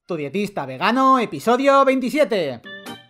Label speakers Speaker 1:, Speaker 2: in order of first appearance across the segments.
Speaker 1: Tu dietista vegano, episodio 27.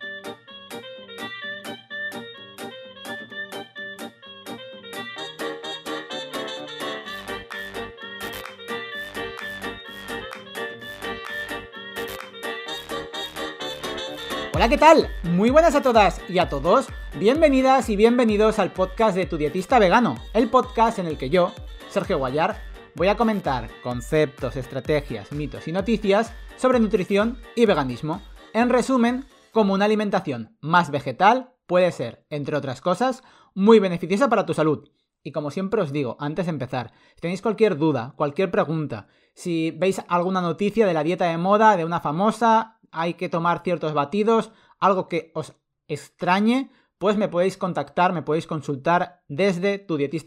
Speaker 1: Hola, ¿qué tal? Muy buenas a todas y a todos. Bienvenidas y bienvenidos al podcast de Tu dietista vegano, el podcast en el que yo, Sergio Guallar, voy a comentar conceptos, estrategias, mitos y noticias sobre nutrición y veganismo. En resumen, cómo una alimentación más vegetal puede ser, entre otras cosas, muy beneficiosa para tu salud. Y como siempre os digo, antes de empezar, si tenéis cualquier duda, cualquier pregunta, si veis alguna noticia de la dieta de moda, de una famosa, hay que tomar ciertos batidos, algo que os extrañe, pues me podéis contactar, me podéis consultar desde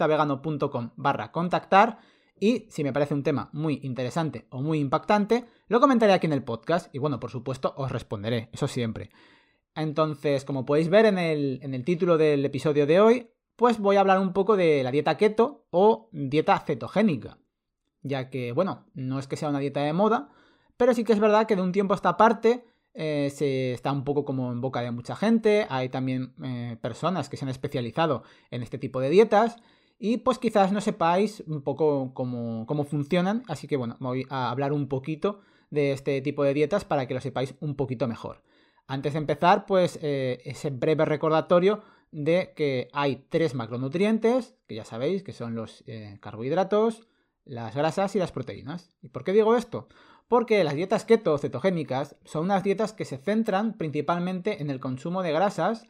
Speaker 1: tudietistavegano.com/contactar. Y si me parece un tema muy interesante o muy impactante, lo comentaré aquí en el podcast y bueno, por supuesto, os responderé, eso siempre. Entonces, como podéis ver en el título del episodio de hoy, pues voy a hablar un poco de la dieta keto o dieta cetogénica. Ya que, bueno, no es que sea una dieta de moda, pero sí que es verdad que de un tiempo a esta parte se está un poco como en boca de mucha gente. Hay también personas que se han especializado en este tipo de dietas. Y pues quizás no sepáis un poco cómo funcionan, así que bueno, voy a hablar un poquito de este tipo de dietas para que lo sepáis un poquito mejor. Antes de empezar, pues ese breve recordatorio de que hay 3 macronutrientes, que ya sabéis que son los carbohidratos, las grasas y las proteínas. ¿Y por qué digo esto? Porque las dietas keto o cetogénicas son unas dietas que se centran principalmente en el consumo de grasas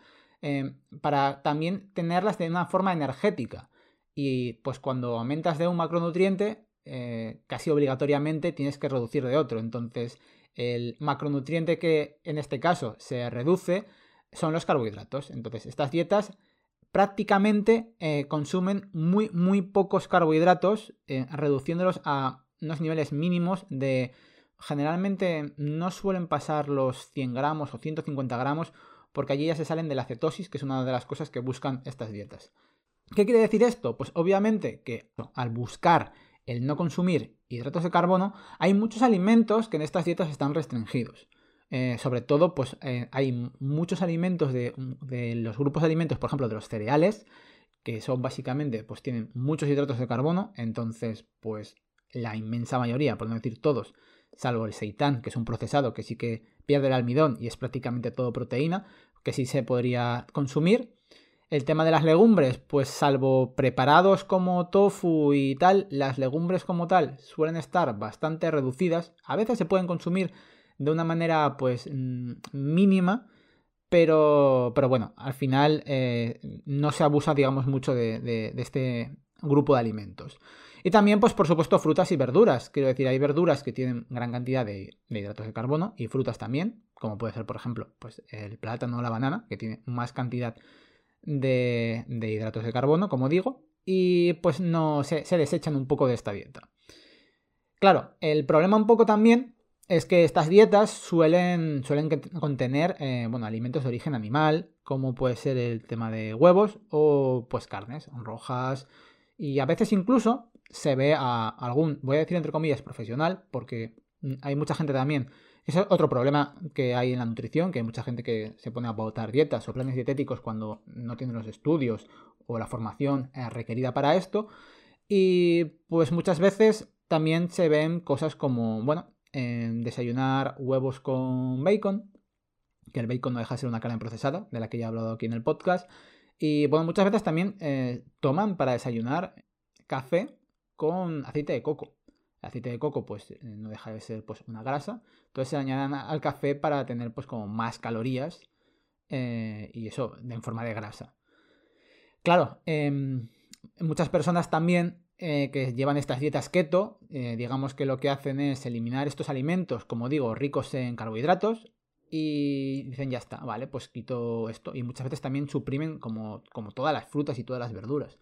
Speaker 1: para también tenerlas de una forma energética. Y pues cuando aumentas de un macronutriente, casi obligatoriamente tienes que reducir de otro. Entonces, el macronutriente que en este caso se reduce son los carbohidratos. Entonces, estas dietas prácticamente consumen muy pocos carbohidratos, reduciéndolos a unos niveles mínimos de... Generalmente no suelen pasar los 100 gramos o 150 gramos, porque allí ya se salen de la cetosis, que es una de las cosas que buscan estas dietas. ¿Qué quiere decir esto? Pues obviamente que al buscar el no consumir hidratos de carbono, hay muchos alimentos que en estas dietas están restringidos. Sobre todo, pues hay muchos alimentos de los grupos de alimentos, por ejemplo, de los cereales, que son básicamente, pues tienen muchos hidratos de carbono, entonces, pues la inmensa mayoría, por no decir todos, salvo el seitán, que es un procesado que sí que pierde el almidón y es prácticamente todo proteína, que sí se podría consumir. El tema de las legumbres, pues salvo preparados como tofu y tal, las legumbres como tal suelen estar bastante reducidas. A veces se pueden consumir de una manera pues mínima, pero bueno, al final no se abusa, digamos, mucho de este grupo de alimentos. Y también, pues por supuesto, frutas y verduras. Quiero decir, hay verduras que tienen gran cantidad de hidratos de carbono y frutas también, como puede ser, por ejemplo, pues el plátano o la banana, que tiene más cantidad de hidratos de carbono, como digo, y pues no se desechan un poco de esta dieta. Claro, el problema un poco también es que estas dietas suelen contener alimentos de origen animal, como puede ser el tema de huevos o pues carnes rojas, y a veces incluso se ve a algún, voy a decir entre comillas, profesional, porque hay mucha gente también. Ese es otro problema que hay en la nutrición, que hay mucha gente que se pone a pautar dietas o planes dietéticos cuando no tiene los estudios o la formación requerida para esto. Y pues muchas veces también se ven cosas como, desayunar huevos con bacon, que el bacon no deja de ser una carne procesada, de la que ya he hablado aquí en el podcast. Y bueno, muchas veces también toman para desayunar café con aceite de coco. El aceite de coco pues no deja de ser pues una grasa, entonces se añaden al café para tener pues como más calorías y eso en forma de grasa. Claro, muchas personas también que llevan estas dietas keto, digamos que lo que hacen es eliminar estos alimentos, como digo, ricos en carbohidratos, y dicen ya está, vale, pues quito esto. Y muchas veces también suprimen como todas las frutas y todas las verduras.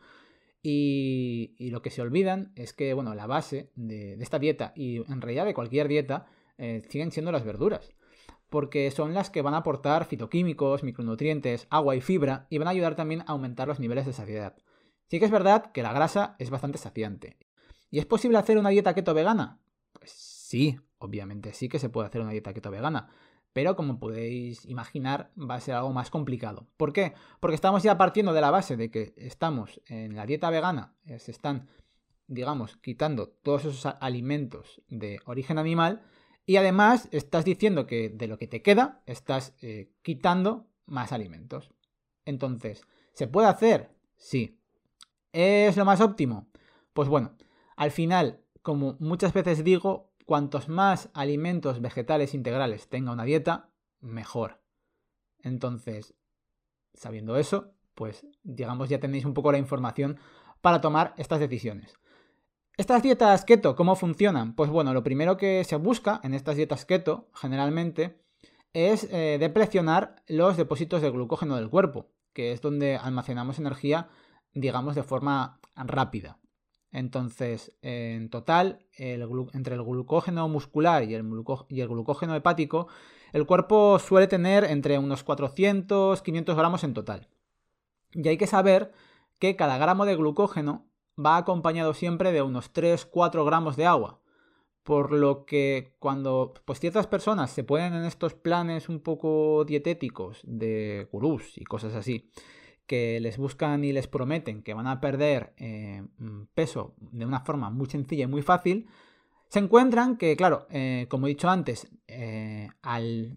Speaker 1: Y lo que se olvidan es que, bueno, la base de esta dieta y en realidad de cualquier dieta siguen siendo las verduras. Porque son las que van a aportar fitoquímicos, micronutrientes, agua y fibra y van a ayudar también a aumentar los niveles de saciedad. Sí que es verdad que la grasa es bastante saciante. ¿Y es posible hacer una dieta keto vegana? Pues sí, obviamente sí que se puede hacer una dieta keto vegana, pero como podéis imaginar va a ser algo más complicado. ¿Por qué? Porque estamos ya partiendo de la base de que estamos en la dieta vegana, se están, digamos, quitando todos esos alimentos de origen animal y además estás diciendo que de lo que te queda estás quitando más alimentos. Entonces, ¿se puede hacer? Sí. ¿Es lo más óptimo? Pues bueno, al final, como muchas veces digo, cuantos más alimentos vegetales integrales tenga una dieta, mejor. Entonces, sabiendo eso, pues digamos ya tenéis un poco la información para tomar estas decisiones. ¿Estas dietas keto cómo funcionan? Pues bueno, lo primero que se busca en estas dietas keto, generalmente, es depresionar los depósitos de glucógeno del cuerpo, que es donde almacenamos energía, digamos, de forma rápida. Entonces, en total, entre el glucógeno muscular y el glucógeno hepático, el cuerpo suele tener entre unos 400-500 gramos en total. Y hay que saber que cada gramo de glucógeno va acompañado siempre de unos 3-4 gramos de agua. Por lo que cuando pues, ciertas personas se ponen en estos planes un poco dietéticos de gurús y cosas así, que les buscan y les prometen que van a perder peso de una forma muy sencilla y muy fácil, se encuentran que, claro, como he dicho antes, al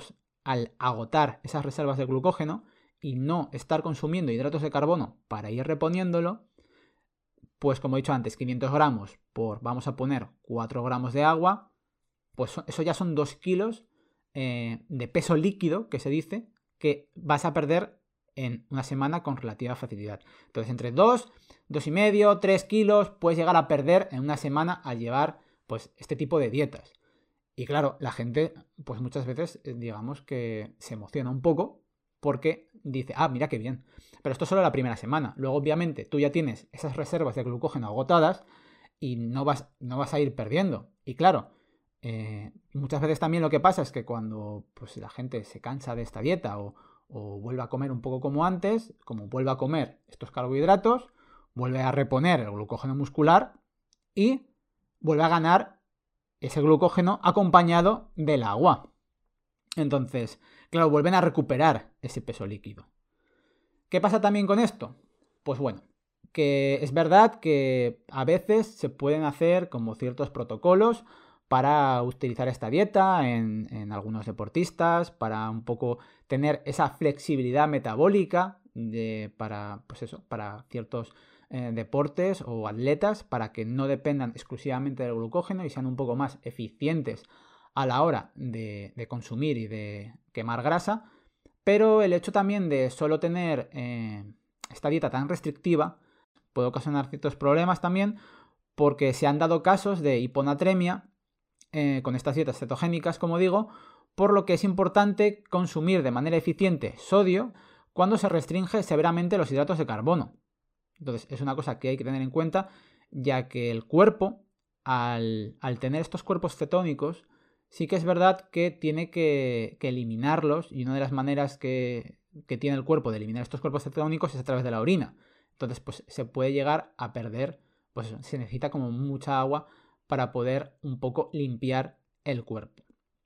Speaker 1: agotar esas reservas de glucógeno y no estar consumiendo hidratos de carbono para ir reponiéndolo, pues como he dicho antes, 500 gramos por, vamos a poner, 4 gramos de agua, pues eso ya son 2 kilos de peso líquido, que se dice, que vas a perder en una semana con relativa facilidad. Entonces, entre 2, 2,5, 3 kilos puedes llegar a perder en una semana al llevar pues este tipo de dietas. Y claro, la gente pues muchas veces digamos que se emociona un poco porque dice, mira qué bien. Pero esto es solo la primera semana. Luego, obviamente, tú ya tienes esas reservas de glucógeno agotadas y no vas a ir perdiendo. Y claro, muchas veces también lo que pasa es que cuando pues, la gente se cansa de esta dieta o vuelve a comer un poco como antes, como vuelve a comer estos carbohidratos, vuelve a reponer el glucógeno muscular y vuelve a ganar ese glucógeno acompañado del agua. Entonces, claro, vuelven a recuperar ese peso líquido. ¿Qué pasa también con esto? Pues bueno, que es verdad que a veces se pueden hacer como ciertos protocolos para utilizar esta dieta en algunos deportistas, para un poco tener esa flexibilidad metabólica para ciertos deportes o atletas, para que no dependan exclusivamente del glucógeno y sean un poco más eficientes a la hora de consumir y de quemar grasa. Pero el hecho también de solo tener esta dieta tan restrictiva puede ocasionar ciertos problemas también, porque se han dado casos de hiponatremia con estas dietas cetogénicas, como digo, por lo que es importante consumir de manera eficiente sodio cuando se restringe severamente los hidratos de carbono. Entonces es una cosa que hay que tener en cuenta, ya que el cuerpo, al tener estos cuerpos cetónicos, sí que es verdad que tiene que eliminarlos, y una de las maneras que tiene el cuerpo de eliminar estos cuerpos cetónicos es a través de la orina. Entonces pues se puede llegar a perder, pues se necesita como mucha agua para poder un poco limpiar el cuerpo.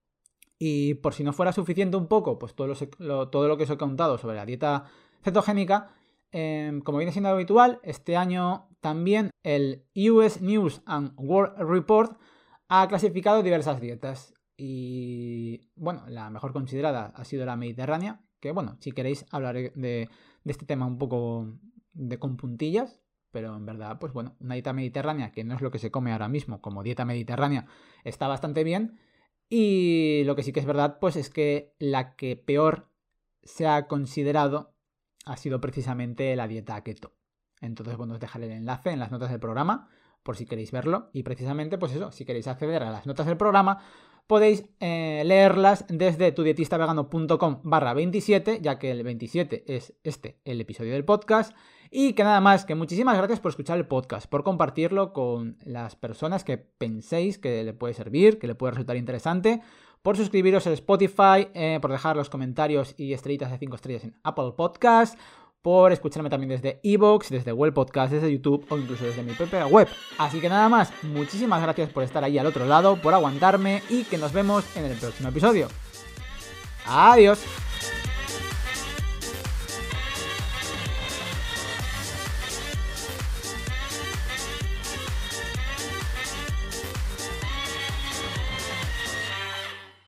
Speaker 1: Y por si no fuera suficiente un poco, pues todo lo que os he contado sobre la dieta cetogénica, como viene siendo habitual, este año también el US News and World Report ha clasificado diversas dietas. Y bueno, la mejor considerada ha sido la mediterránea, que bueno, si queréis hablaré de este tema un poco con puntillas. Pero en verdad, pues bueno, una dieta mediterránea, que no es lo que se come ahora mismo como dieta mediterránea, está bastante bien. Y lo que sí que es verdad, pues es que la que peor se ha considerado ha sido precisamente la dieta keto. Entonces, bueno, os dejaré el enlace en las notas del programa, por si queréis verlo. Y precisamente, pues eso, si queréis acceder a las notas del programa, podéis leerlas desde tudietistavegano.com/27, ya que el 27 es el episodio del podcast. Y que nada más, que muchísimas gracias por escuchar el podcast, por compartirlo con las personas que penséis que le puede servir, que le puede resultar interesante, por suscribiros a Spotify, por dejar los comentarios y estrellitas de 5 estrellas en Apple Podcast, por escucharme también desde iVoox, desde Google Podcast, desde YouTube o incluso desde mi propia web. Así que nada más, muchísimas gracias por estar ahí al otro lado, por aguantarme y que nos vemos en el próximo episodio. ¡Adiós!